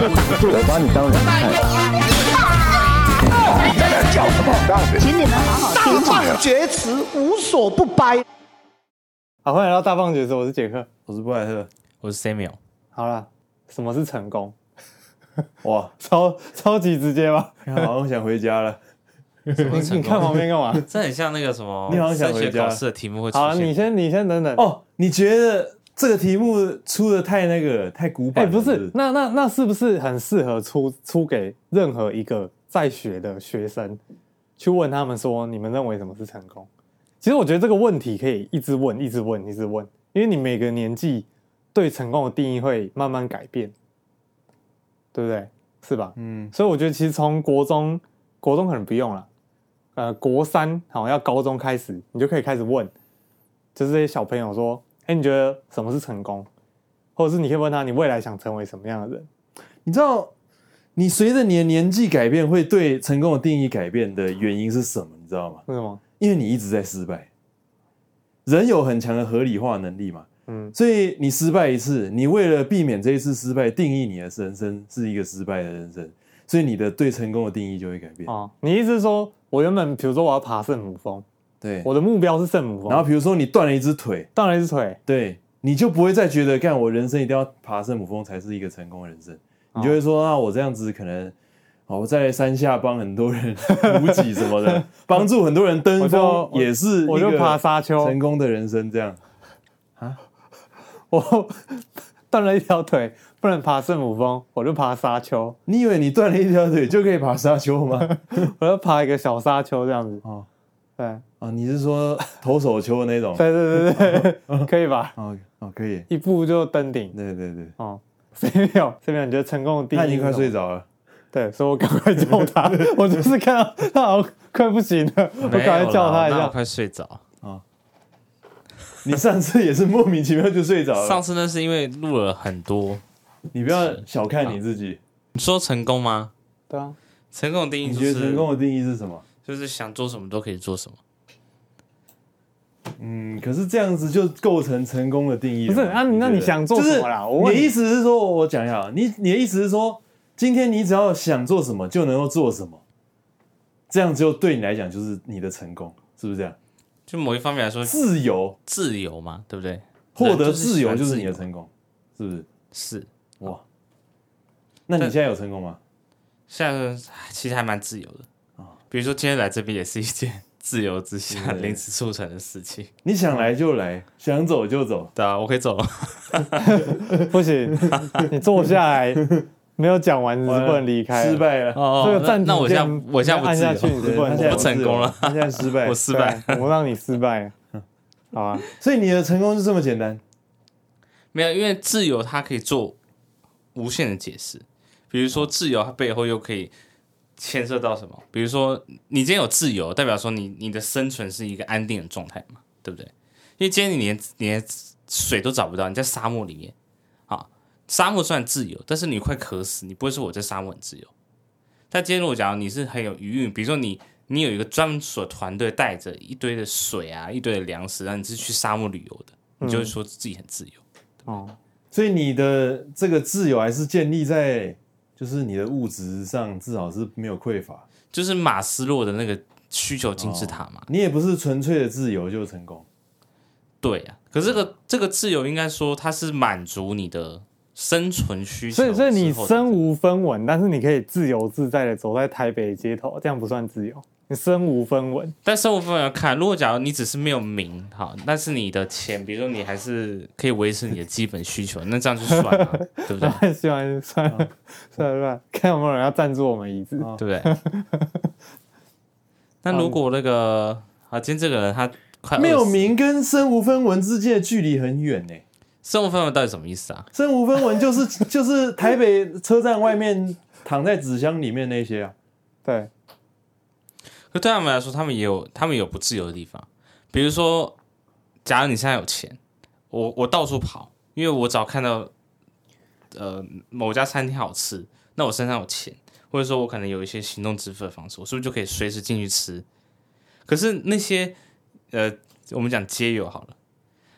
我把你当人看。 请你们好好听话。 大放厥词，无所不掰。 好，欢迎来到大放厥词，我是杰克， 我是布莱特， 我是 Samuel。 好啦，什么是成功？ 哇， 超级直接吧？ 好像想回家了。 你看旁边干嘛？ 这很像那个什么， 你好像想回家考试的题目会出好， 现。 你先等等。 哦，你觉得这个题目出的太那个太古板了？ 不是，那是不是很适合出给任何一个在学的学生，去问他们说，你们认为什么是成功？其实我觉得这个问题可以一直问，一直问，因为你每个年纪对成功的定义会慢慢改变，对不对？是吧？所以我觉得其实从国中可能不用了，国三好像要高中开始，你就可以开始问，就是这些小朋友说，你觉得什么是成功？或者是你可以问他，你未来想成为什么样的人？ 你知道，你随着你的年纪改变，会对成功的定义改变的原因是什么？你知道吗？ 为什么？ 因为你一直在失败。人有很强的合理化能力嘛，所以你失败一次，你为了避免这一次失败，定义你的人生是一个失败的人生，所以你的对成功的定义就会改变。 哦，你意思是说，我原本比如说我要爬圣母峰， 对， 我的目标是圣母峰， 然后比如说你断了一只腿，对，你就不会再觉得干我人生一定要爬圣母峰才是一个成功的人生，你就会说那我这样子可能。我在山下帮很多人补给什么的，帮助很多人登峰，也是一个爬沙丘成功的人生。这样啊， 我断了一条腿，不能爬圣母峰，我就爬沙丘。 你以为你断了一条腿就可以爬沙丘吗？ 我要爬一个小沙丘这样子。哦，对啊，你是说投手丘那种？ 对，可以吧？ 哦，可以， 一步就登顶。 对。 哦，谁没有？你觉得成功的定义？ 他已经快睡着了。 对，所以我赶快叫他。我就是看到他好像快不行了，我赶快叫他一下。 我快睡着啊！你上次也是莫名其妙就睡着了。 上次那是因为录了很多。 你不要小看你自己。 你说成功吗？ 对啊。 成功的定义就是， 你觉得成功的定义是什么？ 就是想做什么都可以做什么。 可是这样子就构成成功的定义了。 不是啊，那你想做什么啦？ 你的意思是说，我讲一下，你的意思是说。今天你只要想做什么就能够做什么，这样就对你来讲就是你的成功，是不是这样？ 就某一方面来说， 自由嘛，对不对？ 获得自由就是你的成功，是不是？ 是哇，那你现在有成功吗？ 现在其实还蛮自由的比如说今天来这边也是一件自由之下临时促成的事情。 你想来就来，想走就走。 对啊，我可以走了。 不行，你坐下来。没有讲完，你是不能离开， 失败了。 这个暂停键， 那我现在不按下去，你是不能， 我不成功了。 他现在失败， 我失败， 我让你失败。好啊， 所以你的成功就这么简单？ 没有，因为自由它可以做无限的解释。比如说自由，它背后又可以牵涉到什么？比如说你今天有自由，代表说你的生存是一个安定的状态嘛，对不对？因为今天你连水都找不到，你在沙漠里面。沙漠虽然自由，但是你快渴死，你不会说我在沙漠很自由。但今天如果讲你是很有余裕，比如说你有一个专门的团队带着一堆的水啊，一堆的粮食，然后你是去沙漠旅游的，你就会说自己很自由。 所以你的这个自由还是建立在就是你的物质上至少是没有匮乏， 就是马斯洛的那个需求金字塔嘛。 你也不是纯粹的自由就成功。 对啊，可是这个自由应该说它是满足你的生存需求， 所以你身无分文，但是你可以自由自在的走在台北街头，这样不算自由。你身无分文， 但身无分文要看，如果假如你只是没有名，好，但是你的钱，比如说你还是可以维持你的基本需求，那这样就算了，对不对？ 算了，看有没有人要赞助我们椅子， 对不对？那如果那个今天这个人他快没有名跟身无分文之间的距离很远呢。 身无分文到底什么意思啊？ 身无分文就是台北车站外面躺在纸箱里面那些啊。 对。 可对他们来说，他们也有不自由的地方。比如说，假如你现在有钱，我到处跑，因为我只要看到某家餐厅好吃，那我身上有钱，或者说我可能有一些行动支付的方式，我是不是就可以随时进去吃？可是那些我们讲街友好了。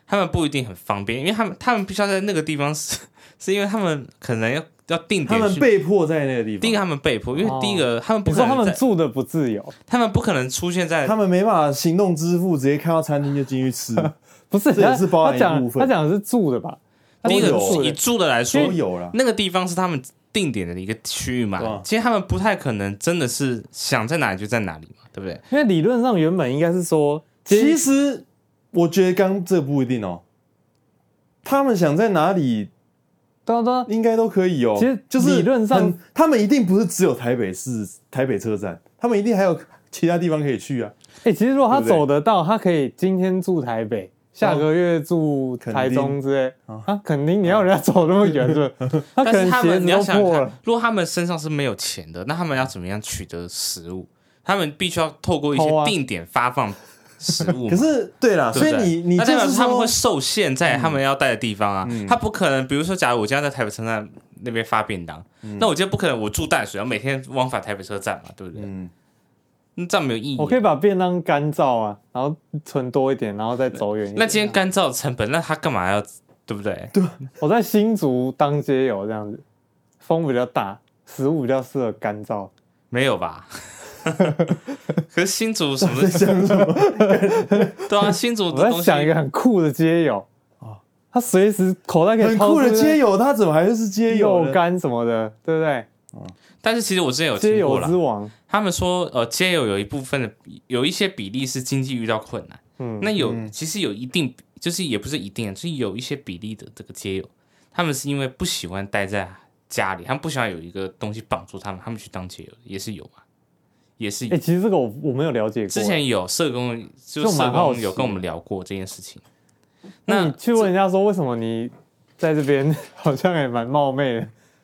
他们不一定很方便，因为他们必须要在那个地方是因为他们可能要定点， 他们被迫在那个地方。 第一个他们被迫，因为第一个他们不可能你说他们住的不自由， 他们不可能出现在， 他们没办法行动支付，直接看到餐厅就进去吃， 不是， 这也是包含一部分。 他讲的是住的吧？ 第一个以住的来说， 都有了， 那个地方是他们定点的一个区域嘛，其实他们不太可能真的是想在哪里就在哪里嘛，对不对？ 因为理论上原本应该是说， 其实我觉得刚这不一定哦，他们想在哪里， 对， 应该都可以哦。 其实就是理论上， 他们一定不是只有台北车站，他们一定还有其他地方可以去啊。 其实如果他走得到，他可以今天住台北。下个月住台中之类肯定你要人家走那么远，是不是？他可能鞋子都破了。 如果他们身上是没有钱的，那他们要怎么样取得食物？他们必须要透过一些定点发放食物。 可是对啦，所以你那代表他们会受限在他们要待的地方啊。他不可能，比如说，假如我今天在台北车站那边发便当，那我今天不可能我住淡水，然后每天往返台北车站嘛，对不对？那这样没有意义。 我可以把便当干燥啊，然后存多一点，然后再走远一点。 那今天干燥的成本，那他干嘛要，对不对？ 对， 我在新竹当街友这样子，风比较大，食物比较适合干燥。 没有吧？可是新竹什么？ 在想什么？ 对啊，新竹的东西。 我在想一个很酷的街友他随时口袋可以很酷的街友，他怎么还是街友？ 肉干什么的，对不对？ 但是其实我之前有街听过友之王， 他们说街友有一部分的有一些比例是经济遇到困难，那其实有一定，就是也不是一定，就是有一些比例的这个街友，他们是因为不喜欢待在家里，他们不喜欢有一个东西绑住他们去当街友，也是有啊，也是有。 其实这个我没有了解过， 之前有社工有跟我们聊过这件事情。 那你去问人家说为什么你在这边好像也蛮冒昧的。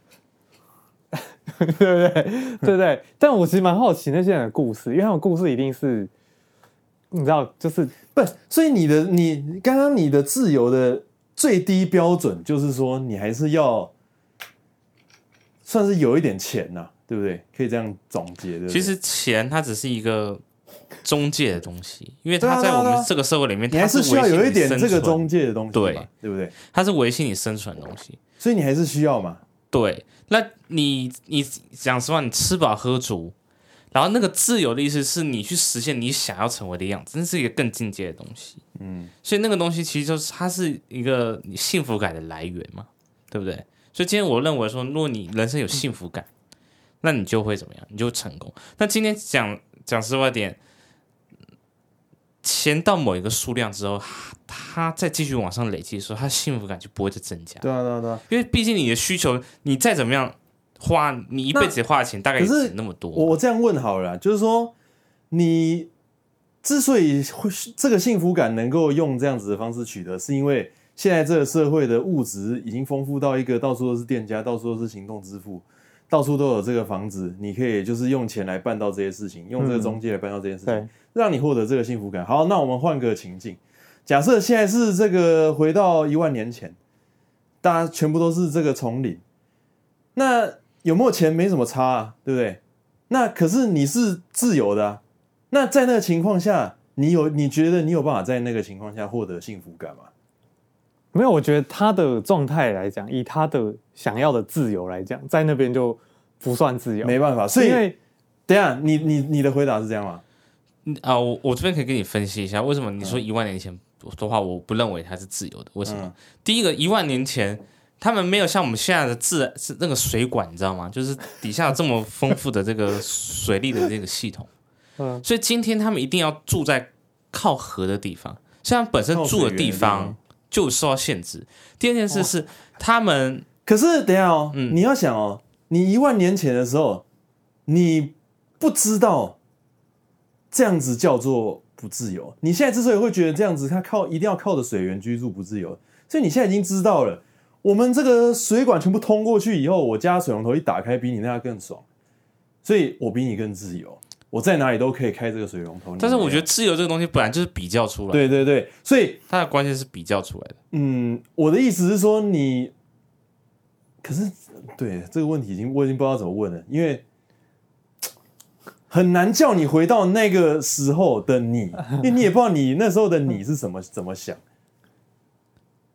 对不对？对不对？但我其实蛮好奇那些人的故事，因为他们故事一定是，你知道，就是不，所以你刚刚你的自由的最低标准就是说，你还是要算是有一点钱呐，对不对？可以这样总结的。 其实钱它只是一个中介的东西，因为它在我们这个社会里面， 你还是需要有一点这个中介的东西，对不对？ 它是维系你生存的东西， 所以你还是需要嘛。 对，那你讲实话，你吃饱喝足，然后那个自由的意思是你去实现你想要成为的样子，那是一个更进阶的东西。所以那个东西其实就是它是一个你幸福感的来源嘛，对不对？所以今天我认为说，如果你人生有幸福感，那你就会怎么样？你就会成功。那今天讲实话点，钱到某一个数量之后，它再继续往上累积的时候，它幸福感就不会再增加。 对啊， 因为毕竟你的需求，你再怎么样花，你一辈子花的钱大概也只那么多。 我这样问好了啦，就是说，你之所以这个幸福感能够用这样子的方式取得，是因为现在这个社会的物质已经丰富到一个到处都是店家，到处都是行动支付，到处都有这个房子，你可以就是用钱来办到这些事情，用这个中介来办到这件事情，让你获得这个幸福感。好，那我们换个情境。假设现在是这个回到1万年前，大家全部都是这个丛林，那有没有钱没什么差啊，对不对？那可是你是自由的啊，那在那个情况下，你觉得你有办法在那个情况下获得幸福感吗？ 没有，我觉得他的状态来讲，以他的想要的自由来讲，在那边就不算自由， 没办法。所以因为等一下你的回答是这样吗？ 我这边可以跟你分析一下，为什么你说1万年前的话，我不认为它是自由的。为什么？第一个，1万年前他们没有像我们现在的是那个水管，你知道吗？就是底下这么丰富的这个水利的这个系统。所以今天他们一定要住在靠河的地方，像本身住的地方就受到限制。第二件事是他们， 可是等一下你要想你1万年前的时候，你不知道这样子叫做不自由。你现在之所以会觉得这样子，他一定要靠着水源居住不自由，所以你现在已经知道了，我们这个水管全部通过去以后，我家水龙头一打开，比你那更爽，所以我比你更自由，我在哪里都可以开这个水龙头。 但是我觉得自由这个东西本来就是比较出来的， 对对对，所以它的关键是比较出来的。 我的意思是说可是对这个问题我已经不知道怎么问了，因为很难叫你回到那个时候的你，因为你也不知道你那时候的你是怎么想。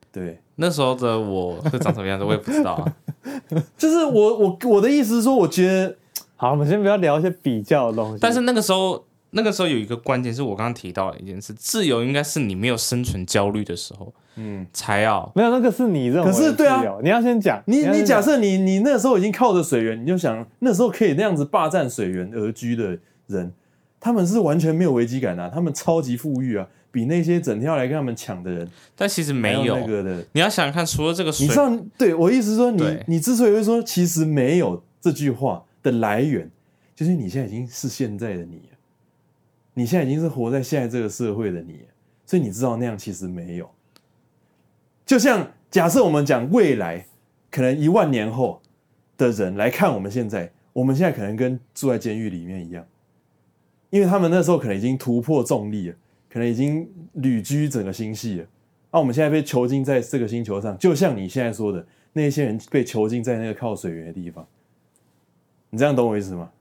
对， 那时候的我是长什么样子，我也不知道啊。 就是我的意思是说，我觉得好，我们先不要聊一些比较的东西。 但是那个时候有一个关键是我刚刚提到的一件事，自由应该是你没有生存焦虑的时候，才要没有那个是你认为的自由， 可是对啊， 你要先讲， 你假设你那时候已经靠着水源，你就想那时候可以那样子霸占水源而居的人，他们是完全没有危机感啊，他们超级富裕啊，比那些整天要来跟他们抢的人， 但其实没有那个的。 你要想想看，除了这个水， 你知道，对我意思是说对， 你之所以会说其实没有这句话的来源，就是你现在已经是现在的你了，你现在已经是活在现在这个社会的你了，所以你知道那样其实没有。就像假设我们讲未来，可能10000年后的人来看我们现在可能跟住在监狱里面一样，因为他们那时候可能已经突破重力了，可能已经旅居整个星系了。我们现在被囚禁在这个星球上，就像你现在说的，那些人被囚禁在那个靠水源的地方，你这样懂我意思吗？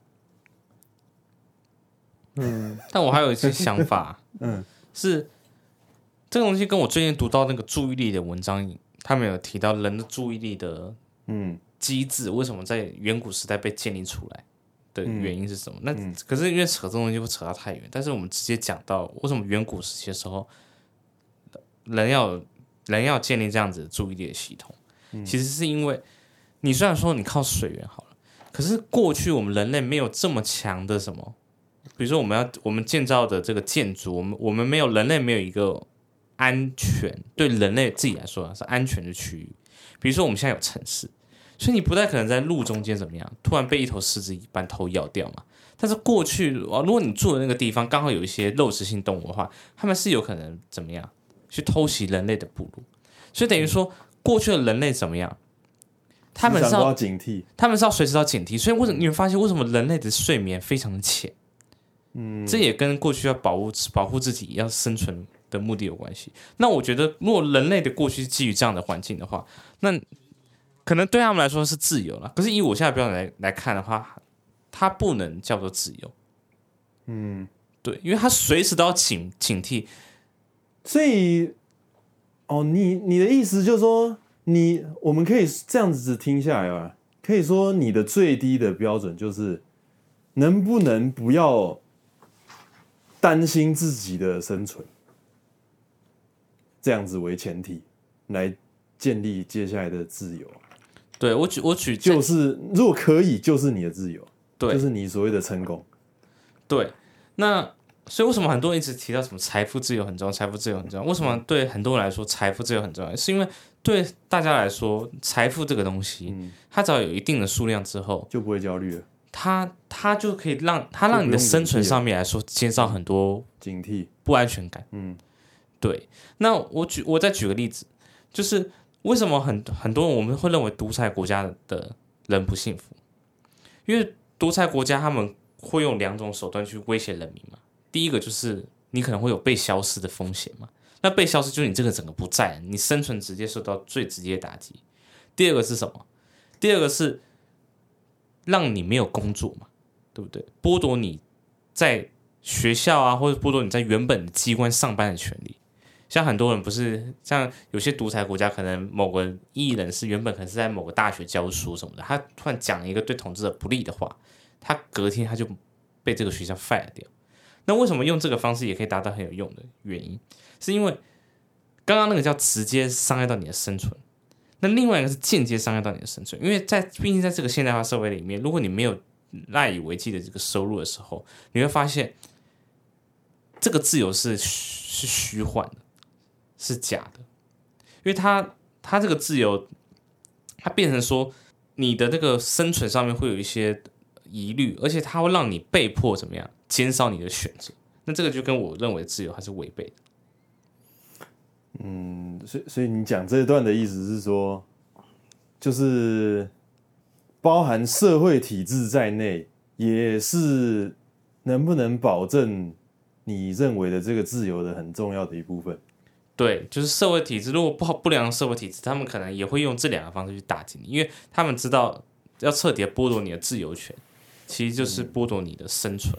但我还有一些想法，是这个东西跟我最近读到那个注意力的文章，他们有提到人的注意力的机制为什么在远古时代被建立出来的原因是什么？那可是因为扯这东西会扯到太远，但是我们直接讲到为什么远古时期的时候人要建立这样子的注意力的系统，其实是因为你虽然说你靠水源好了，可是过去我们人类没有这么强的什么，比如说我们建造的这个建筑，我们人类没有一个安全，对人类自己来说是安全的区域。比如说我们现在有城市，所以你不太可能在路中间怎么样，突然被一头狮子把头咬掉嘛。但是过去如果你住的那个地方刚好有一些肉食性动物的话，他们是有可能怎么样去偷袭人类的部落。所以等于说过去的人类怎么样，他们是要警惕， 他们是要随时要警惕。所以你会发现为什么人类的睡眠非常的浅，这也跟过去要保护自己要生存的目的有关系。那我觉得如果人类的过去是基于这样的环境的话，那可能对他们来说是自由了，可是以我现在标准来看的话，它不能叫做自由。对，因为它随时都要警惕。 所以你的意思就是说，我们可以这样子听下来吧，可以说你的最低的标准就是能不能不要担心自己的生存，这样子为前提来建立接下来的自由。 对，我举就是如果可以，就是你的自由， 对， 就是你所谓的成功。 对，那所以为什么很多人一直提到什么财富自由很重要，财富自由很重要？为什么对很多人来说财富自由很重要？是因为对大家来说，财富这个东西，它只要有一定的数量之后， 就不会焦虑了。 它就可以让你的生存上面来说减少很多警惕、 不安全感。对。那我再举个例子，就是为什么很多人我们会认为独裁国家的人不幸福？因为独裁国家他们会用2种手段去威胁人民嘛。第一个就是你可能会有被消失的风险嘛，那被消失就是你这个整个不在，你生存直接受到最直接的打击。第二个是什么？第二个是让你没有工作嘛，对不对？剥夺你在学校啊，或者剥夺你在原本的机关上班的权利。像很多人不是像有些独裁国家，可能某个艺人是原本可能是在某个大学教书什么的，他突然讲了一个对统治者不利的话，他隔天他就被这个学校 fire 掉。那为什么用这个方式也可以达到很有用的原因，是因为刚刚那个叫直接伤害到你的生存，那另外一个是间接伤害到你的生存。因为毕竟在这个现代化社会里面，如果你没有赖以为继的这个收入的时候，你会发现这个自由是虚幻的，是假的。因为它这个自由，它变成说你的这个生存上面会有一些疑虑，而且它会让你被迫怎么样减少你的选择。那这个就跟我认为的自由还是违背的。 所以你讲这一段的意思是说，就是包含社会体制在内，也是能不能保证你认为的这个自由的很重要的一部分。 对，就是社会体制，如果不良的社会体制，他们可能也会用这2个方式去打击你，因为他们知道要彻底的剥夺你的自由权，其实就是剥夺你的生存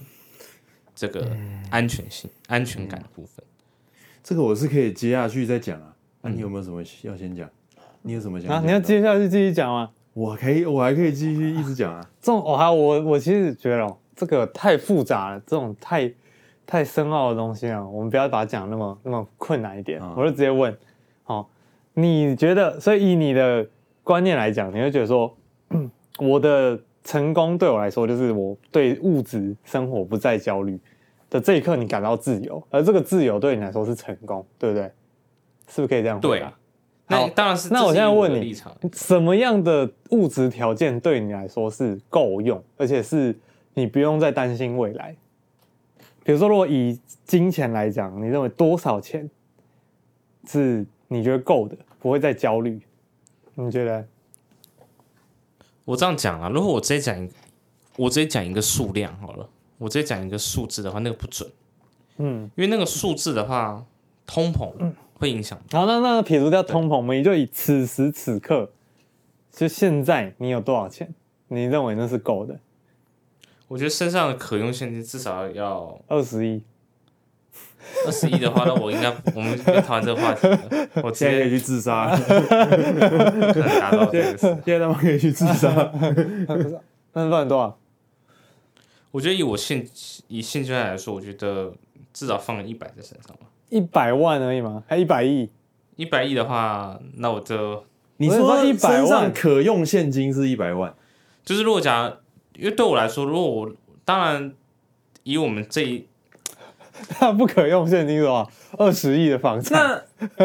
这个安全性、安全感的部分。 这个我是可以接下去再讲啊， 那你有没有什么要先讲？你有什么想讲？ 你要接下去继续讲吗？ 我还可以继续一直讲啊。 这种我其实觉得这个太复杂了，这种太深奥的东西啊，我们不要把它讲那么困难一点。我就直接问，你觉得？所以以你的观念来讲，你会觉得说，我的成功对我来说，就是我对物质生活不再焦虑的这一刻，你感到自由，而这个自由对你来说是成功，对不对？是不是可以这样回答？ 对，那当然是。 那我现在问你，什么样的物质条件对你来说是够用，而且是你不用再担心未来？比如说，如果以金钱来讲，你认为多少钱是你觉得够的，不会再焦虑？你觉得？ 我这样讲啊，如果我直接讲一个数量好了，我直接讲一个数字的话，那个不准。因为那个数字的话，通膨会影响。 好，那撇除掉通膨，我们就以此时此刻，就现在你有多少钱，你认为那是够的？ 我觉得身上的可用现金至少要 20亿。 20亿的话，那我们别讨论这个话题了。我现在可以去自杀， 可能达到这个事。 现在他们可以去自杀。 那不然多少？ 我觉得以现阶段来说，我觉得至少放了100在身上吧。 100万而已吗？还100亿 ？100亿的话，那我就你说身上可用现金是100万， 就是如果讲，因为对我来说，如果我当然以我们这一。 那不可用现金是吧？20亿的房产，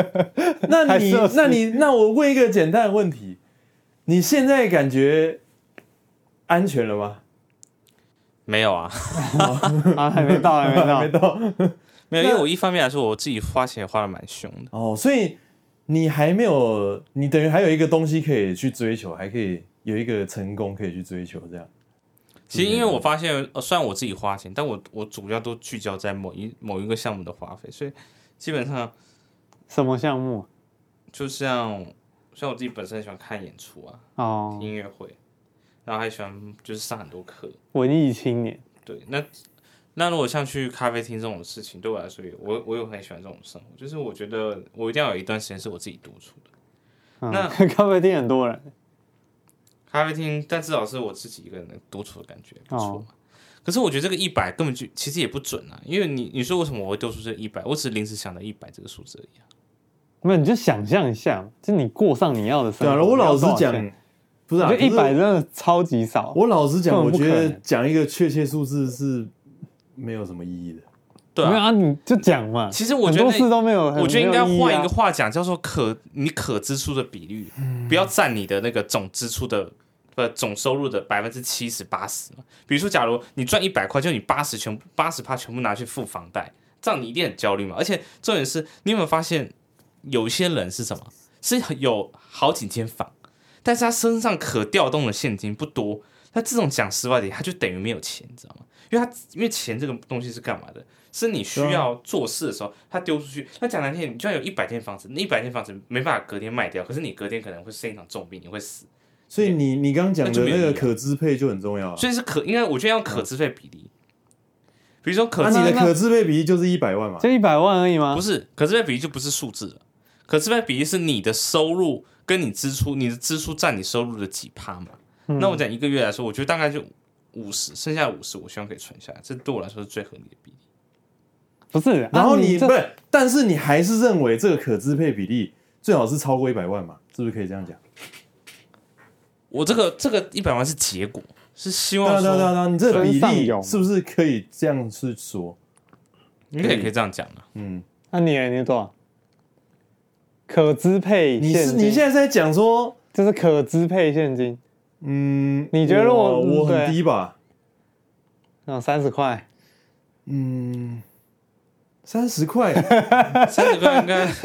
那我问一个简单的问题：你现在感觉安全了吗？ 没有啊， 还没到， 没有，因为我一方面来说，我自己花钱花的蛮凶的所以你还没有，你等于还有一个东西可以去追求，还可以有一个成功可以去追求，这样。 其实因为我发现，虽然我自己花钱，但我主要都聚焦在某一个项目的花费，所以基本上什么项目？ 就像我自己本身喜欢看演出啊，听音乐会，然后还喜欢就是上很多课， 文艺青年。 对，那如果像去咖啡厅这种事情，对我来说，我有很喜欢这种生活，就是我觉得我一定要有一段时间是我自己独处的。那咖啡厅很多人。 咖啡厅，但至少是我自己一个人独处的感觉不错。可是我觉得这个100根本就其实也不准啊，因为你说为什么我会丢出这个100？我只是临时想到100这个数字而已啊。 没有，你就想象一下，就你过上你要的生活。 对啊，我老实讲，不是啊， 我觉得100真的超级少。 我老实讲，我觉得讲一个确切数字是没有什么意义的。 对啊， 没有啊，你就讲嘛。 其实我觉得很多事都没有， 我觉得应该换一个话讲，叫做你可支出的比率，不要占你的那个总支出的总收入的70%、80%嘛。比如说，假如你赚100块，就你80%全部拿去付房贷，这样你一定很焦虑嘛。而且重点是，你有没有发现有一些人是什么？是有好几间房，但是他身上可调动的现金不多。那这种讲实话点，他就等于没有钱，你知道吗？因为钱这个东西是干嘛的？是你需要做事的时候，他丢出去。那讲难听，你就算有100间房子，那100间房子没办法隔天卖掉，可是你隔天可能会生一场重病，你会死。 所以你刚刚讲的那个可支配就很重要啊。 所以是应该我觉得要可支配比例。比如说你的可支配比例就是100万嘛？ 就100万而已吗？ 不是，可支配比例就不是数字了。可支配比例是你的收入跟你支出，你的支出占你收入的几%嘛？那我讲一个月来说，我觉得大概就50%，剩下50%我希望可以存下来，这对我来说是最合理的比例。 不是， 然后不是，但是你还是认为这个可支配比例最好是超过100万嘛？是不是可以这样讲？ 我这个100万是结果，是希望说， 对，你这个比例是不是可以这样去说？ 应该也可以这样讲了。 那你多少？可支配现金？ 你现在在讲说这是可支配现金？你觉得我很低吧 ？30块。 30块 ，30块应该，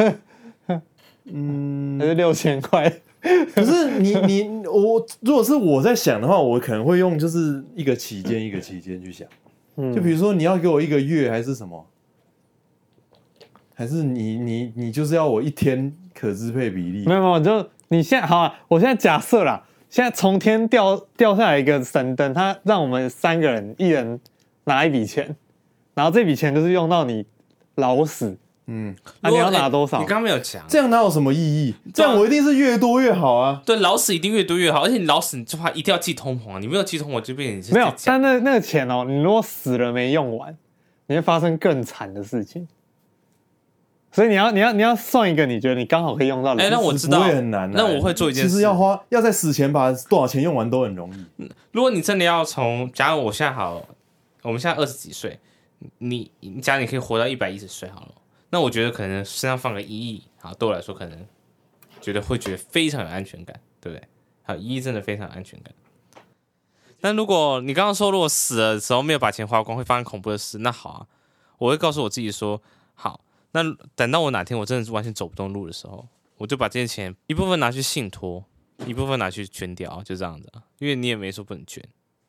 还是6000块？ 可是我如果是我在想的话，我可能会用就是一个期间一个期间去想，就比如说你要给我1个月还是什么，还是你就是要我1天可支配比例？ 没有，就你现在好啊，我现在假设啦，现在从天掉下来一个神灯，它让我们3个人一人拿一笔钱，然后这笔钱就是用到你老死你要拿多少？ 你刚刚没有讲， 这样哪有什么意义？这样我一定是越多越好啊。 对，老死一定越多越好，而且你老死你就话一定要记通膨啊，你没有记通膨就变成你是没有，但那个钱哦，你如果死了没用完，你会发生更惨的事情。所以你要算一个，你觉得你刚好可以用到。 那我知道， 不会很难。 那我会做一件事， 其实要在死前把多少钱用完都很容易。 如果你真的要假如我现在我们现在20几岁，假如你可以活到110岁好了，那我觉得可能身上放个1亿，好，对我来说可能会觉得非常有安全感，对不对？好，1亿真的非常有安全感。但如果你刚刚说如果死了的时候没有把钱花光会发生恐怖的事，那好啊，我会告诉我自己说，好，那等到我哪天我真的是完全走不动路的时候，我就把这些钱一部分拿去信托，一部分拿去捐掉，就这样子啊，因为你也没说不能捐。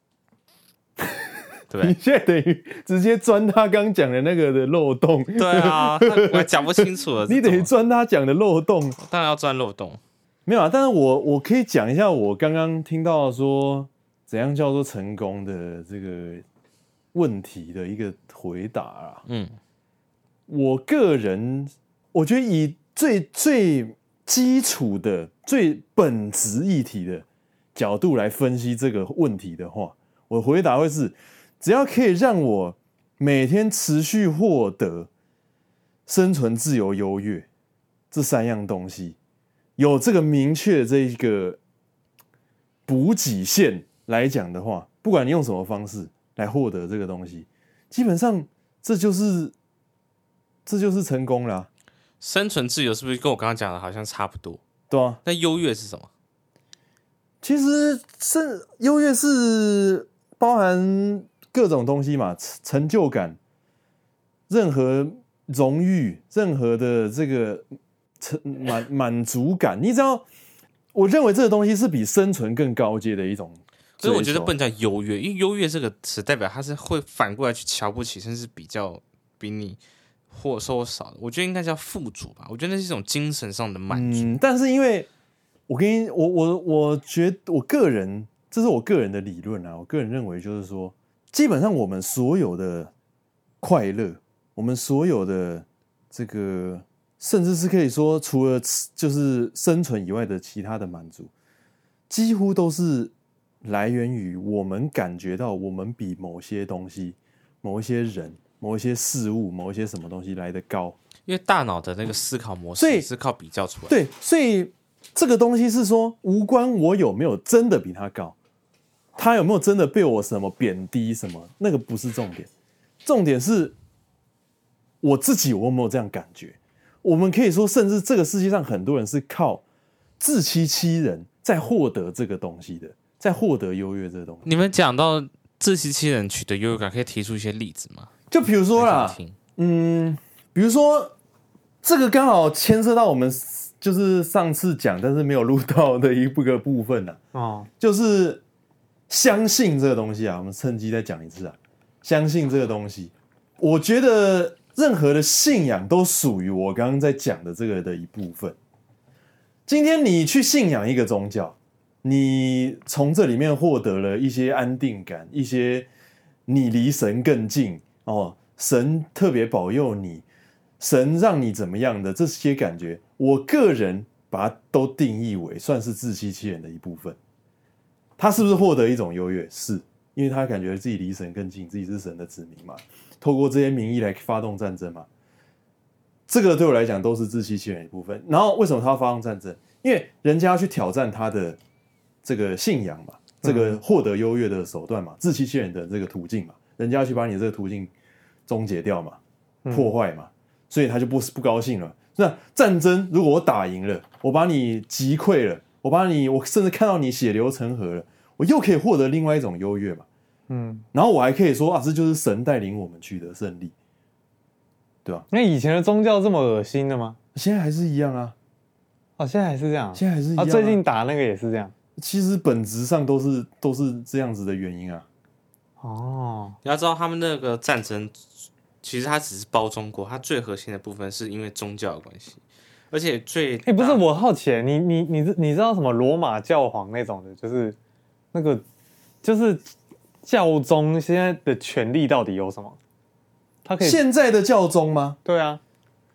对， 你现在等于直接钻他刚讲的那个的漏洞。 对啊，我还讲不清楚了。 你等于钻他讲的漏洞， 当然要钻漏洞。 没有啊，但是我可以讲一下我刚刚听到说怎样叫做成功的这个问题的一个回答啊。我个人我觉得以最基础的、最本质议题的角度来分析这个问题的话，我的回答会是：只要可以让我每天持续获得生存、自由、优越这3样东西，有这个明确的这一个补给线来讲的话，不管你用什么方式来获得这个东西，基本上这就是成功啦。 生存自由是不是跟我刚刚讲的好像差不多？ 对啊。 那优越是什么？ 其实优越是包含各种东西嘛，成就感，任何荣誉，任何的这个满足感。你知道，我认为这个东西是比生存更高阶的一种。 所以我觉得不能叫优越，因为优越这个词代表它是会反过来去瞧不起，甚至比你或收少的。我觉得应该叫富足吧。我觉得那是一种精神上的满足。 但是因为我觉得我个人，这是我个人的理论啊。我个人认为就是说，基本上我们所有的快乐，我们所有的这个，甚至是可以说除了就是生存以外的其他的满足，几乎都是来源于我们感觉到我们比某些东西、某一些人、某一些事物、某一些什么东西来得高。 因为大脑的那个思考模式是靠比较出来的。 对，所以这个东西是说无关我有没有真的比他高，他有没有真的被我什么贬低什么，那个不是重点，重点是我自己我有没有这样感觉。我们可以说，甚至这个世界上很多人是靠自欺欺人在获得这个东西的，在获得优越这个东西。 你们讲到自欺欺人取得优越感，可以提出一些例子吗？ 就比如说啦，比如说这个刚好牵涉到我们就是上次讲但是没有录到的一个部分啊，就是相信这个东西啊，我们趁机再讲一次啊，相信这个东西，我觉得任何的信仰都属于我刚刚在讲的这个的一部分。今天你去信仰一个宗教，你从这里面获得了一些安定感，一些你离神更近哦，神特别保佑你，神让你怎么样的这些感觉，我个人把它都定义为算是自欺欺人的一部分。他是不是获得一种优越？是，因为他感觉自己离神更近，自己是神的子民嘛，透过这些名义来发动战争嘛，这个对我来讲都是自欺欺人的一部分。然后为什么他要发动战争？因为人家要去挑战他的这个信仰嘛，这个获得优越的手段嘛，自欺欺人的这个途径嘛，人家要去把你这个途径终结掉嘛，破坏嘛，所以他就不高兴了。那战争如果我打赢了，我把你击溃了，我甚至看到你血流成河了，我又可以获得另外一种优越嘛。然后我还可以说啊，这就是神带领我们取得胜利，对吧？ 那以前的宗教这么恶心的吗？ 现在还是一样啊。 哦，现在还是这样， 现在还是一样啊。 最近打那个也是这样。 其实本质上都是这样子的原因啊。 哦， 你要知道他们那个战争，其实它只是包装过，它最核心的部分是因为宗教的关系，而且不是，我好奇，你知道什么罗马教皇那种的，就是那个就是教宗现在的权力到底有什么？他可以现在的教宗吗？ 对啊，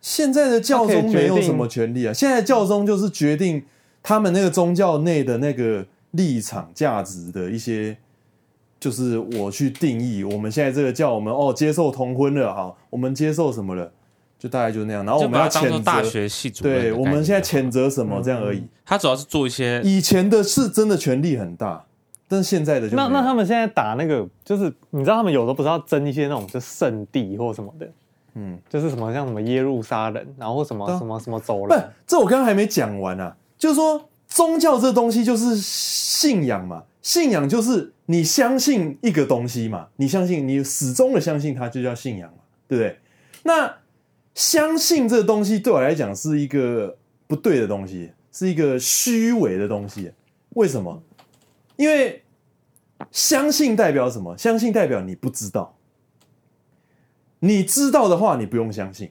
现在的教宗没有什么权利啊，现在的教宗就是决定他们那个宗教内的那个立场价值的一些，就是我去定义我们现在这个教我们接受同婚了，好，我们接受什么了，就大概就那样，然后我们要谴责大学系主任， 对，我们现在谴责什么这样而已。 他主要是做一些以前的是真的权力很大，但是现在的就那他们现在打那个，就是你知道他们有的不是要争一些那种就圣地或什么的，就是什么像什么耶路撒冷，然后什么什么走廊， 不，这我刚刚还没讲完啊，就是说宗教这东西就是信仰嘛，信仰就是你相信一个东西嘛，你相信你始终的相信它就叫信仰嘛，对不对？那相信这个东西对我来讲是一个不对的东西，是一个虚伪的东西。为什么？因为相信代表什么？相信代表你不知道，你知道的话你不用相信，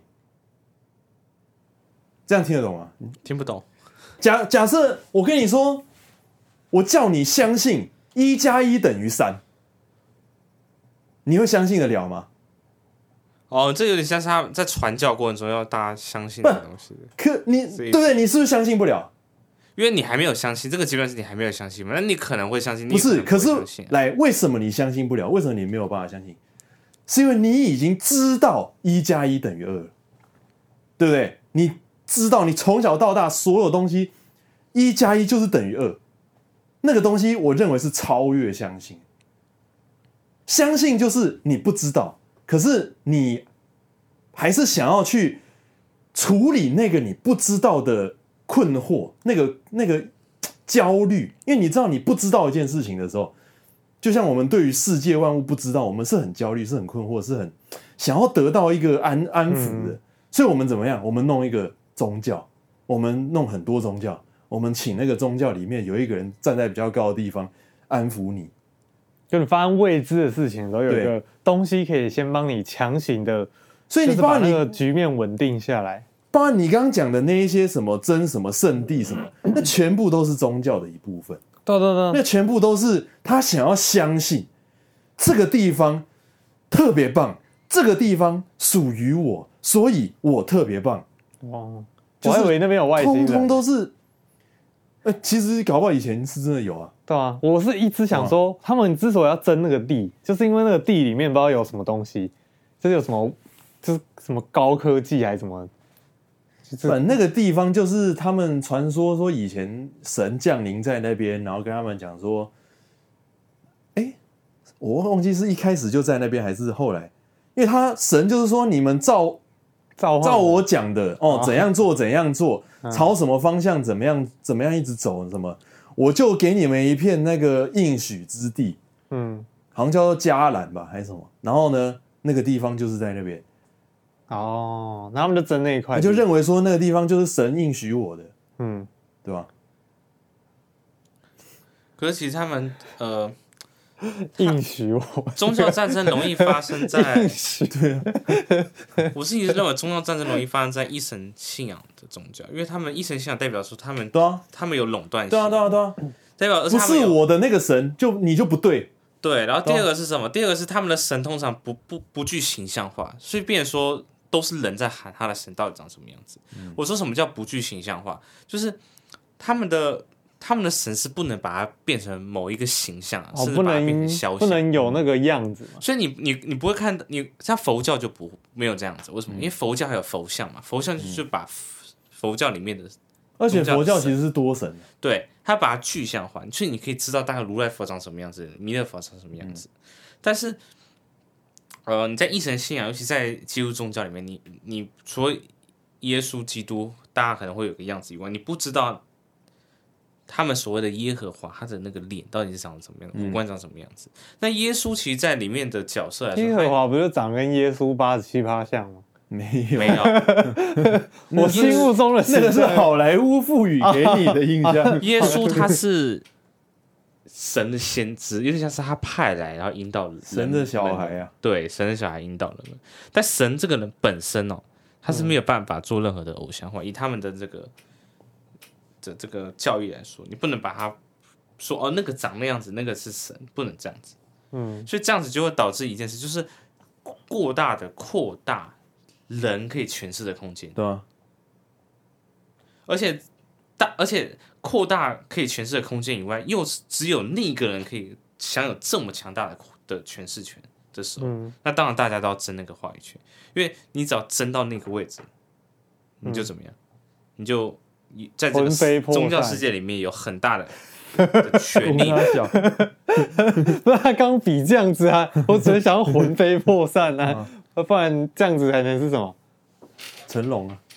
这样听得懂吗？ 听不懂。 假设我跟你说，我叫你相信1+1等于3，你会相信得了吗？ 这有点像是他在传教过程中要大家相信的东西。 可你对不对？你是不是相信不了？ 因为你还没有相信，这个阶段是你还没有相信嘛？那你可能会相信， 不是？可是来， 为什么你相信不了？为什么你没有办法相信？是因为你已经知道1+1等于2了，对不对？你知道，你从小到大所有东西1+1就是等于2，那个东西我认为是超越相信。相信就是你不知道，可是你还是想要去处理那个你不知道的困惑，那个焦虑，因为你知道你不知道一件事情的时候，就像我们对于世界万物不知道，我们是很焦虑，是很困惑，是很想要得到一个安抚的，所以我们怎么样？我们弄一个宗教，我们弄很多宗教，我们请那个宗教里面有一个人站在比较高的地方安抚你。 就你发生未知的事情的时候，有一个东西可以先帮你强行的， 所以你把那个局面稳定下来。 包括你刚刚讲的那一些什么真什么圣地什么，那全部都是宗教的一部分。 对， 那全部都是他想要相信这个地方特别棒，这个地方属于我，所以我特别棒。 哇，我还以为那边有外星人， 通通都是。其实搞不好以前是真的有啊。 对啊，我是一直想说，他们之所以要争那个地，就是因为那个地里面不知道有什么东西，就是有什么，就是什么高科技还是什么。 那个地方就是他们传说以前神降临在那边，然后跟他们讲说，我忘记是一开始就在那边还是后来，因为他神就是说你们照我讲的怎样做怎样做，朝什么方向怎么样一直走什么，我就给你们一片那个应许之地，好像叫做迦南吧还是什么，然后呢那个地方就是在那边。 然后他们就争那一块， 就认为说那个地方就是神应许我的，对吧？ 可是其实他们应许我， 宗教战争容易发生在对啊， 我是一直认为宗教战争容易发生在一神信仰的宗教，因为他们一神信仰代表说他们他们有垄断性， 对啊， 代表不是我的那个神你就不对。 对，然后第二个是什么？第二个是他们的神通常不具形象化，所以变成说都是人在喊他的神到底长什么样子。我说什么叫不具形象化，就是他们的神是不能把它变成某一个形象，甚至把它变成肖像， 不能有那个样子嘛。 所以你不会看你像佛教就没有这样子，为什么？因为佛教还有佛像嘛，佛像就是把佛教里面的， 而且佛教其实是多神， 对，他把它具象化，所以你可以知道大概如来佛长什么样子，弥勒佛长什么样子。但是你在一神信仰，尤其在基督宗教里面，你除了耶稣基督大家可能会有个样子以外，你不知道他们所谓的耶和华他的那个脸到底是长什么样，五官长什么样子。那耶稣其实在里面的角色来说， 耶和华不就长跟耶稣87%像吗？ 没有我心目中的那个是好莱坞赋予给你的印象。 耶稣他是神的先知，有点像是他派来然后引导人， 神的小孩啊， 对，神的小孩引导人们。但神这个人本身他是没有办法做任何的偶像化，以他们的这个教义来说，你不能把他说那个长那样子，那个是神，不能这样子。所以这样子就会导致一件事，就是过大的扩大人可以诠释的空间， 对啊， 而且扩大可以诠释的空间以外，又只有那个人可以享有这么强大的诠释权的时候，那当然大家都要争那个话语权，因为你只要争到那个位置，你就怎么样？你就在这个宗教世界里面有很大的权利。 不是他刚比这样子啊，我只是想要魂飞魄散啊，不然这样子才能是什么？ 成龙啊。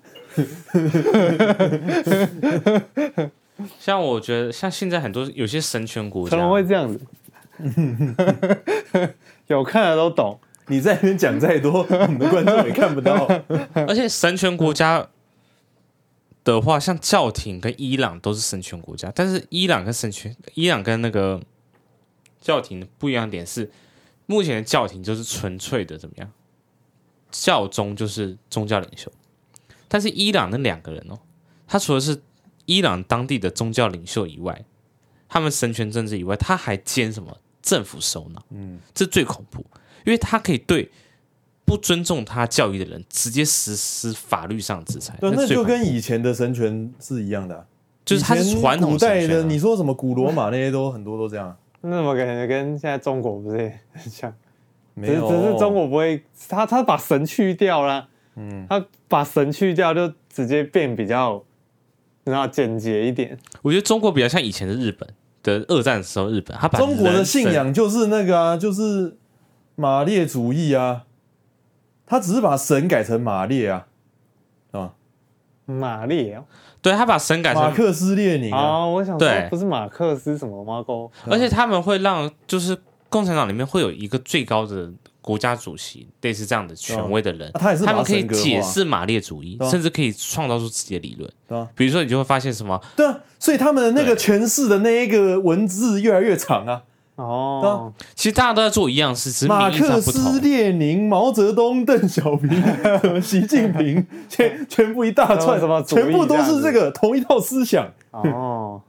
像我觉得，像现在很多有些神权国家， 成龙会这样子，有看的都懂。 你在那边讲再多，我们的观众也看不到。 而且神权国家的话，像教廷跟伊朗都是神权国家，但是伊朗跟那个教廷不一样的点是，目前的教廷就是纯粹的怎么样？教宗就是宗教领袖，但是伊朗那2个人哦，他除了是伊朗当地的宗教领袖以外，他们神权政治以外，他还兼什么政府首脑？这最恐怖，因为他可以对不尊重他教义的人直接实施法律上的制裁。 对，那就跟以前的神权是一样的、啊， 就是他是传统古代的，你说什么古罗马那些都很多都这样、啊。 那么感觉跟现在中国不是也很像？ 没有， 只是中国不会，他把神去掉啦，他把神去掉就直接变比较，然后简洁一点。 我觉得中国比较像以前的日本的2战的时候，日本他把中国的信仰就是那个啊，就是马列主义啊，他只是把神改成马列啊，啊， 马列哦， 对他把神改成马克思列宁啊， 我想说不是马克思什么马勾， 而且他们会让就是共产党里面会有一个最高的国家主席，类似这样的权威的人，他们可以解释马列主义，甚至可以创造出自己的理论。比如说，你就会发现什么？ 对啊，所以他们的那个诠释的那一个文字越来越长啊。 哦， 其实大家都在做一样事，只是马克思列宁、毛泽东、邓小平、习近平，全部一大串，全部都是这个同一套思想。 哦，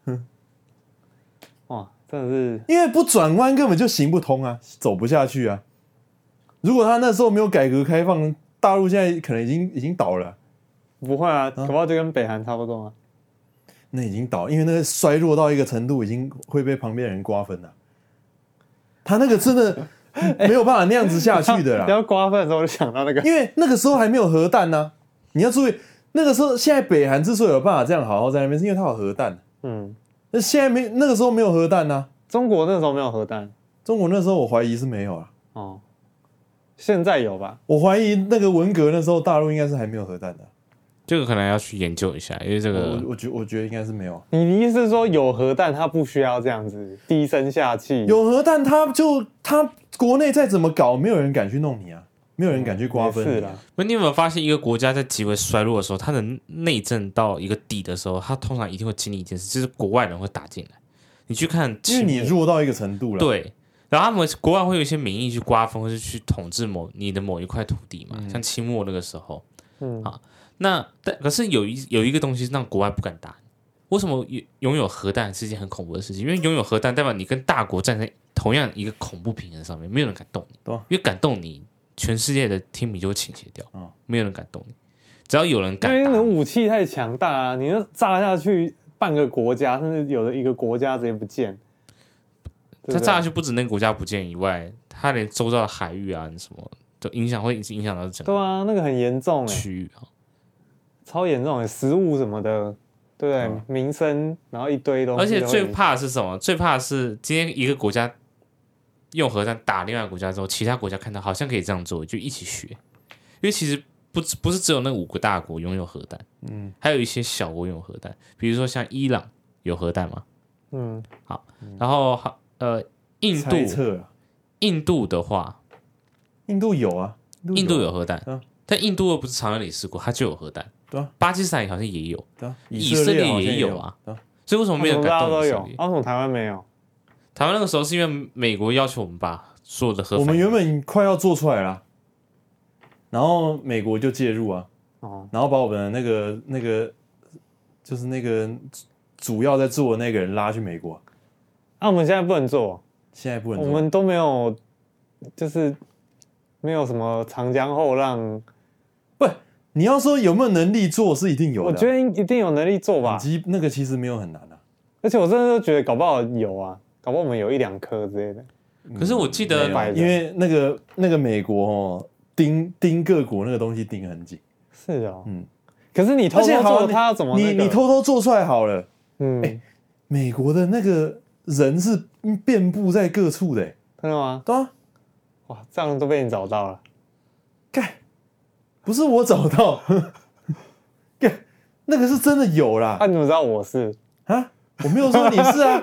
哇，真的是， 因为不转弯根本就行不通啊，走不下去啊。如果他那时候没有改革开放，大陆现在可能已经倒了啊。 不会啊，搞不好就跟北韩差不多啊。 那已经倒，因为那个衰弱到一个程度，已经会被旁边的人瓜分了。他那个真的没有办法那样子下去的啦。 不要瓜分的时候，我就想到那个， 因为那个时候还没有核弹呢、你要注意，那个时候现在北韩之所以有办法这样好好在那边，是因为它有核弹。那现在那个时候没有核弹呢、 中国那时候没有核弹， 中国那时候我怀疑是没有啊。 哦，现在有吧？ 我怀疑那个文革那时候大陆应该是还没有核弹的。 这个可能要去研究一下，因为这个我觉得应该是没有。 你的意思是说有核弹，它不需要这样子低声下气？ 有核弹，他国内再怎么搞，没有人敢去弄你啊，没有人敢去瓜分你啊。 那你有没有发现，一个国家在极为衰落的时候，它的内政到一个底的时候，它通常一定会经历一件事，就是国外人会打进来。你去看， 因为你弱到一个程度了， 对。然后他们国外会有一些民意去瓜分，或是去统治你的某一块土地嘛，像清末那个时候，可是有一个东西让国外不敢打，为什么拥有核弹是一件很恐怖的事情？因为拥有核弹代表你跟大国站在同样一个恐怖平衡上面，没有人敢动你，因为敢动你，全世界的天平就会倾斜掉，没有人敢动你。只要有人敢打， 因为那种武器太强大啊，你那炸下去半个国家，甚至有的一个国家直接不见。 它炸下去不止那个国家不见以外，它连周遭的海域啊什么都影响到整个。 对啊，那个很严重区域啊。 超严重的食物什么的，对不对？民生，然后一堆东西。 而且最怕的是什么？最怕的是今天一个国家用核弹打另外一个国家之后，其他国家看到好像可以这样做，就一起学。因为其实不是只有那5个大国拥有核弹，还有一些小国拥有核弹，比如说像伊朗有核弹嘛，好，然后印度的话， 印度有啊， 印度有核弹，但印度又不是常任理事国，它就有核弹。 对啊， 巴基斯坦好像也有， 对啊， 以色列也有啊，所以为什么没有人敢动以色列？ 为什么台湾没有？ 台湾那个时候是因为美国要求我们把所有的核， 我们原本快要做出来了，然后美国就介入啊，然后把我们的那个就是那个主要在做的那个人拉去美国。 我们现在不能做， 现在不能做， 我们都没有，就是没有什么长江后浪。 不，你要说有没有能力做是一定有的， 我觉得一定有能力做吧。 那个其实没有很难啊， 而且我真的都觉得搞不好有啊，搞不好我们有1-2颗之类的。 可是我记得， 因为那个美国哦，盯各国那个东西盯很紧。 是哦，可是你偷偷做，他要怎么你偷偷做出来好了。美国的那个人是遍布在各处的， 真的吗？ 对啊， 哇，这样都被你找到了。 干，不是我找到，干，那个是真的有啦。 你怎么知道我是啊？我没有说你是啊。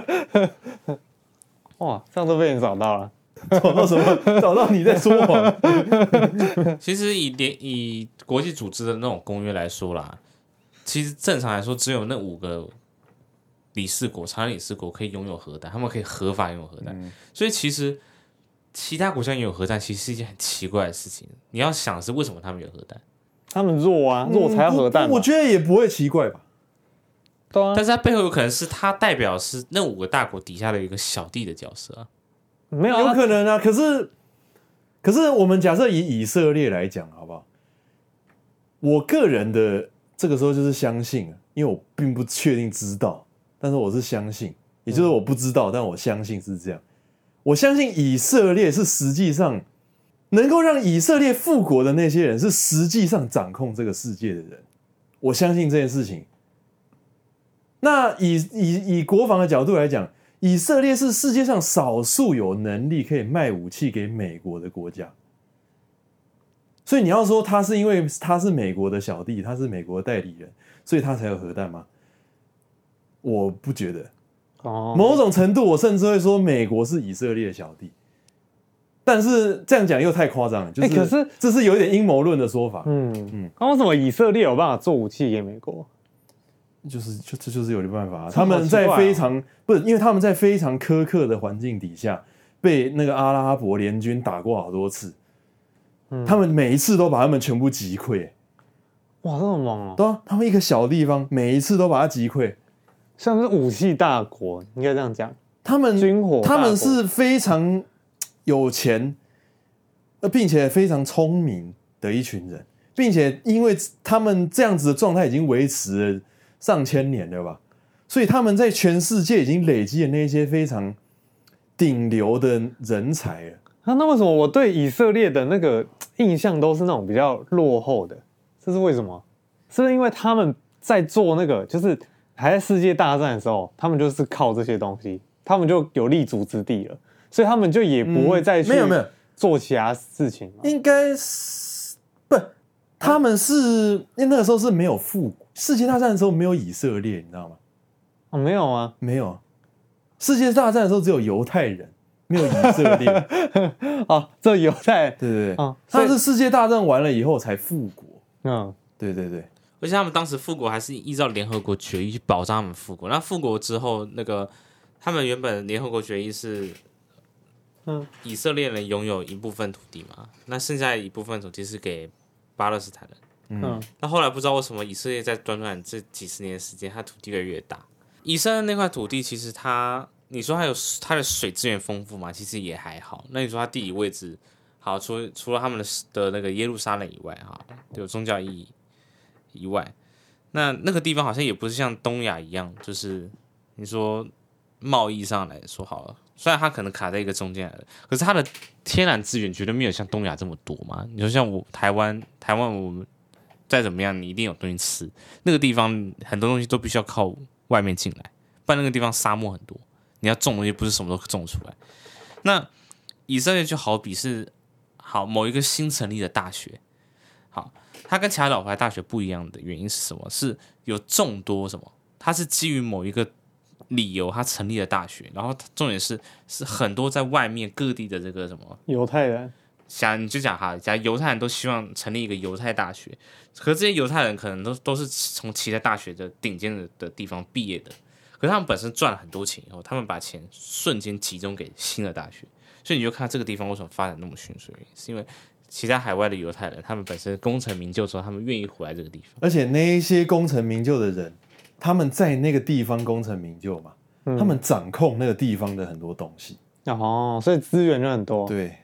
哇，这样都被你找到了。 找到什么？找到你在说谎。 其实以国际组织的那种公约来说啦，其实正常来说，只有那5个理事国、常任理事国可以拥有核弹，他们可以合法拥有核弹。所以其实其他国家拥有核弹，其实是一件很奇怪的事情。你要想的是为什么他们有核弹？ 他们弱啊，弱才要核弹。 我觉得也不会奇怪吧。 对啊， 但是它背后有可能是它代表是那5个大国底下的一个小弟的角色啊。 没有， 有可能啊。可是我们假设以色列来讲，好不好？我个人的这个时候就是相信，因为我并不确定知道，但是我是相信，也就是我不知道，但我相信是这样。我相信以色列是实际上能够让以色列复国的那些人，是实际上掌控这个世界的人。我相信这件事情。那以国防的角度来讲，以色列是世界上少数有能力可以卖武器给美国的国家，所以你要说他是因为他是美国的小弟，他是美国的代理人，所以他才有核弹吗？我不觉得。某种程度，我甚至会说美国是以色列的小弟，但是这样讲又太夸张了，就是可是这是有一点阴谋论的说法。 那为什么以色列有办法做武器给美国？ 这就是有办法，他们在非常不是，因为他们在非常苛刻的环境底下，被那个阿拉伯联军打过好多次，他们每一次都把他们全部击溃。 哇，这么猛哦！ 对啊，他们一个小地方，每一次都把它击溃， 像是武器大国，应该这样讲。 他们军火， 他们是非常有钱，并且非常聪明的一群人，并且因为他们这样子的状态已经维持了上千年了吧，所以他们在全世界已经累积了那些非常顶流的人才了。 那为什么我对以色列的那个印象都是那种比较落后的？这是为什么？是不是因为他们在做那个，就是还在世界大战的时候，他们就是靠这些东西，他们就有立足之地了，所以他们就也不会再去没有做其他事情吗？ 应该是不，他们是因为那个时候是没有复国，世界大战的时候没有以色列，你知道吗？ 没有啊， 没有。世界大战的时候只有犹太人，没有以色列。 这犹太， 对，他是世界大战完了以后才复国。对， 而且他们当时复国还是依照联合国决议去保障他们复国。那复国之后，那个他们原本联合国决议是，以色列人拥有一部分土地嘛，那剩下一部分土地是给巴勒斯坦人。那后来不知道为什么以色列在短短这几十年的时间，它土地越来越大。以色列那块土地其实你说它的水资源丰富嘛，其实也还好。那你说它地理位置好，除了他们的那个耶路撒冷以外，有宗教意义以外，那个地方好像也不是像东亚一样，就是你说贸易上来说好了，虽然它可能卡在一个中间来的，可是它的天然资源绝对没有像东亚这么多嘛。你说像台湾我们再怎么样，你一定有东西吃。那个地方很多东西都必须要靠外面进来，不然那个地方沙漠很多，你要种东西不是什么都种出来。那以色列就好比是某一个新成立的大学，它跟其他老牌大学不一样的原因是什么？是有众多它是基于某一个理由它成立的大学，然后重点是很多在外面各地的这个犹太人， 你就讲假如犹太人都希望成立一个犹太大学，可是这些犹太人可能都是从其他大学的顶尖的地方毕业的，可是他们本身赚了很多钱以后，他们把钱瞬间集中给新的大学，所以你就看这个地方为什么发展那么迅速，是因为其他海外的犹太人，他们本身功成名就之后，他们愿意回来这个地方。 而且那一些功成名就的人，他们在那个地方功成名就嘛，他们掌控那个地方的很多东西。 所以资源就很多。 对，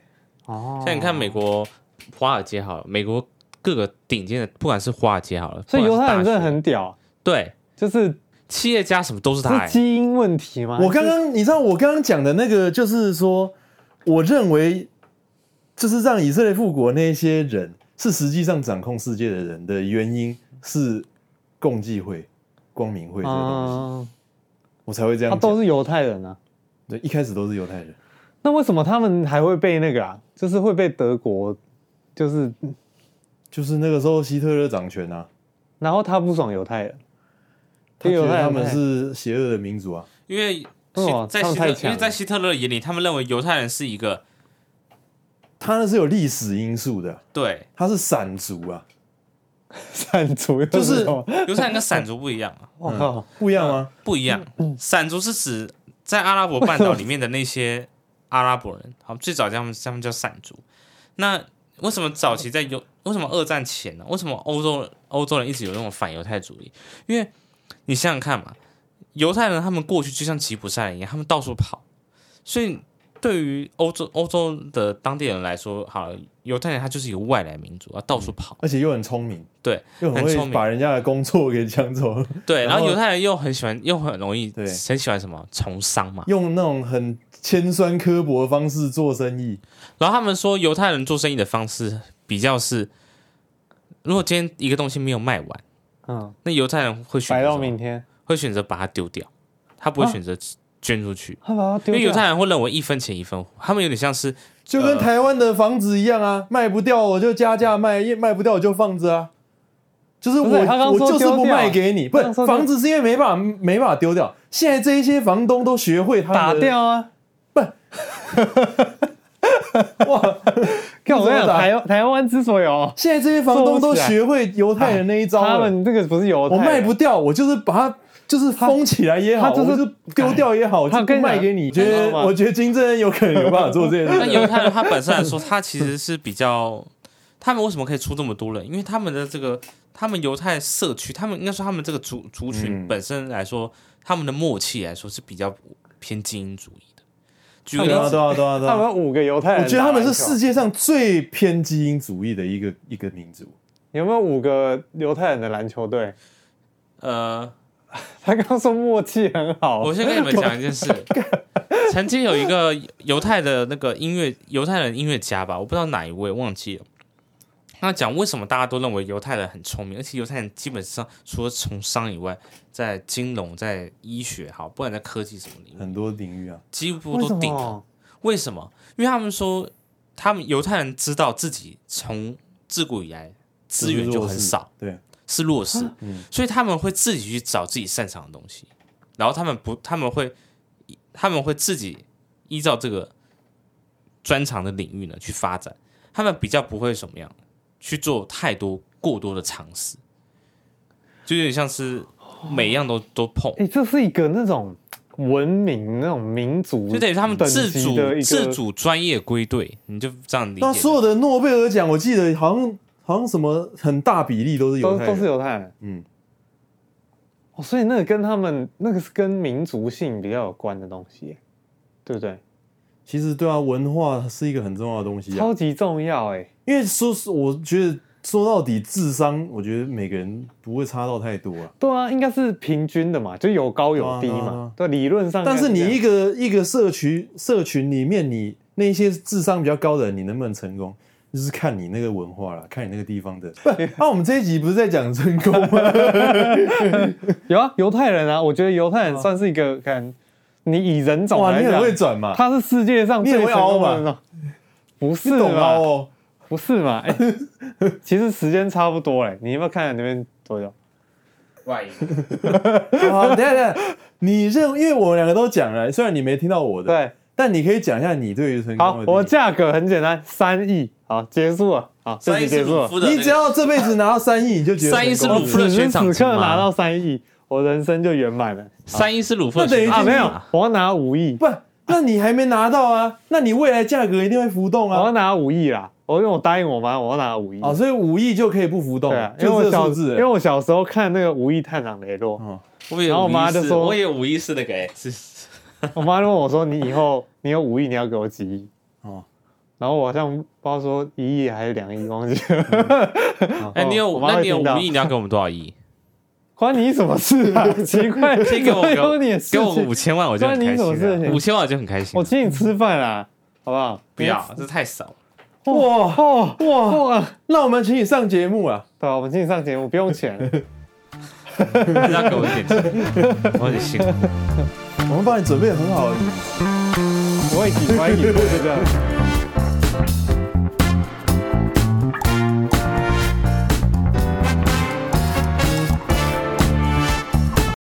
哦， 像你看美国华尔街好了，美国各个顶尖的，不管是华尔街好了， 所以犹太人真的不管是大学很屌， 对， 就是企业家什么都是他、 是基因问题吗？ 你知道我刚刚讲的那个，就是说，我认为就是让以色列复国那些人是实际上掌控世界的人的原因是共济会、光明会这个东西，我才会这样讲。 他都是犹太人啊， 对，一开始都是犹太人。 那为什么他们还会被那个啊？就是会被德国，就是那个时候希特勒掌权啊， 然后他不爽犹太人， 他觉得他们是邪恶的民族啊， 因为在希特勒眼里，他们认为犹太人是一个， 他那是有历史因素的， 对， 他是散族啊， 散族就是犹太人跟散族不一样啊， 我靠， 不一样吗？ 不一样，散族是指在阿拉伯半岛里面的那些阿拉伯人，好，最早他们叫散族。那为什么早期为什么二战前呢？为什么欧洲人一直有那种反犹太主义？因为你想想看嘛，犹太人他们过去就像吉普赛人一样，他们到处跑，所以对于欧洲的当地人来说，好，犹太人他就是一个外来民族啊，到处跑， 而且又很聪明， 对， 又很会把人家的工作给抢走， 对，然后犹太人又很喜欢，又很容易， 对， 很喜欢什么从商嘛， 用那种很尖酸刻薄的方式做生意。 然后他们说犹太人做生意的方式比较是，如果今天一个东西没有卖完，那犹太人会选择摆到明天， 会选择把它丢掉，他不会选择捐出去， 他把它丢掉， 因为犹太人会认为一分钱一分货，他们有点像是就跟台湾的房子一样啊，卖不掉我就加价卖，卖不掉我就放着啊。就是我就是不卖给你，不是房子是因为没办法丢掉。现在这一些房东都学会他打掉啊， 不，哇！ 看我跟你讲，台湾之所以现在这些房东都学会犹太人那一招了， 他们这个不是犹太人， 我卖不掉，我就是把它就是封起来也好，我就丢掉也好，我就不卖给你。我觉得金正恩有可能有办法做这件事。 那犹太人他本身来说，他其实是比较，他们为什么可以出这么多人？因为他们的这个。他们犹太社区，他们应该说他们这个族群本身来说，他们的默契来说是比较偏精英主义的。举个例子， 他们5个犹太人， 我觉得他们是世界上最偏基因主义的一个民族。 有没有5个犹太人的篮球队？他刚说默契很好。 我先跟你们讲一件事，曾经有一个犹太的那个犹太人音乐家吧，我不知道哪一位忘记了。那讲为什么大家都认为犹太人很聪明，而且犹太人基本上除了从商以外，在金融、在医学，好，不管在科技什么领域， 很多领域啊， 几乎都顶头。为什么？因为他们说，他们犹太人知道自己从自古以来资源就很少， 对， 是弱势，所以他们会自己去找自己擅长的东西，然后他们会自己依照这个专长的领域呢去发展，他们比较不会什么样。去做过多的尝试，就有点像是每一样都碰。 这是一个那种文明那种民族， 就等于他们自主专业归队，你就这样理解。 那所有的诺贝尔奖，我记得好像什么很大比例都是犹太人， 都是犹太人。所以那个跟他们那个是跟民族性比较有关的东西，对不对？ 其实对啊，文化是一个很重要的东西， 超级重要因为我觉得说到底智商，我觉得每个人不会差到太多啊。 对啊，应该是平均的嘛，就有高有低嘛。对，理论上。 但是你一个社群里面，你那些智商比较高的人，你能不能成功，就是看你那个文化啦，看你那个地方的。我们这一集不是在讲成功吗？ 有啊，犹太人啊，我觉得犹太人算是一个你以人种来讲， 你很会转嘛， 他是世界上最成功的人嘛？不是嘛？ 懂凹哦。 不是嘛？其实时间差不多你要不要看那边多久？ 外一好，等一下，因为我们两个都讲了，虽然你没听到我的， 对， 但你可以讲一下你对于成功的定义。 好，我价格很简单，3亿，好，结束了，好，这集结束了。 你只要这辈子拿到3亿，你就觉得 3亿是鲁夫的悬赏金吗？ 此刻拿到3亿，我人生就圆满了。 3亿是鲁夫的悬赏金没有，我要拿5亿。 不，那你还没拿到啊？那你未来价格一定会浮动啊！ 我要拿5亿啦。因为我答应我妈，我要拿5亿。 所以5亿就可以不浮动。对啊，因为我小时候看那个5亿探长雷洛，然后我妈就说， 我也5亿是那个我妈就问我说，你以后你有5亿，你要给我几亿？ 然后我好像不知道说1亿还是2亿，忘记了。 哎，你有5亿，你要给我们多少亿？ 关你什么事啊？奇怪， 先给我给我 5000万，我就很开心。5000万我就很开心。 我请你吃饭啦，好不好？ 不要，这太少。 哇！那我们请你上节目啊！ 对啊，我们请你上节目，不用钱。 你要给我一点钱，我很辛苦。 我们帮你准备得很好。 我会给，就这样。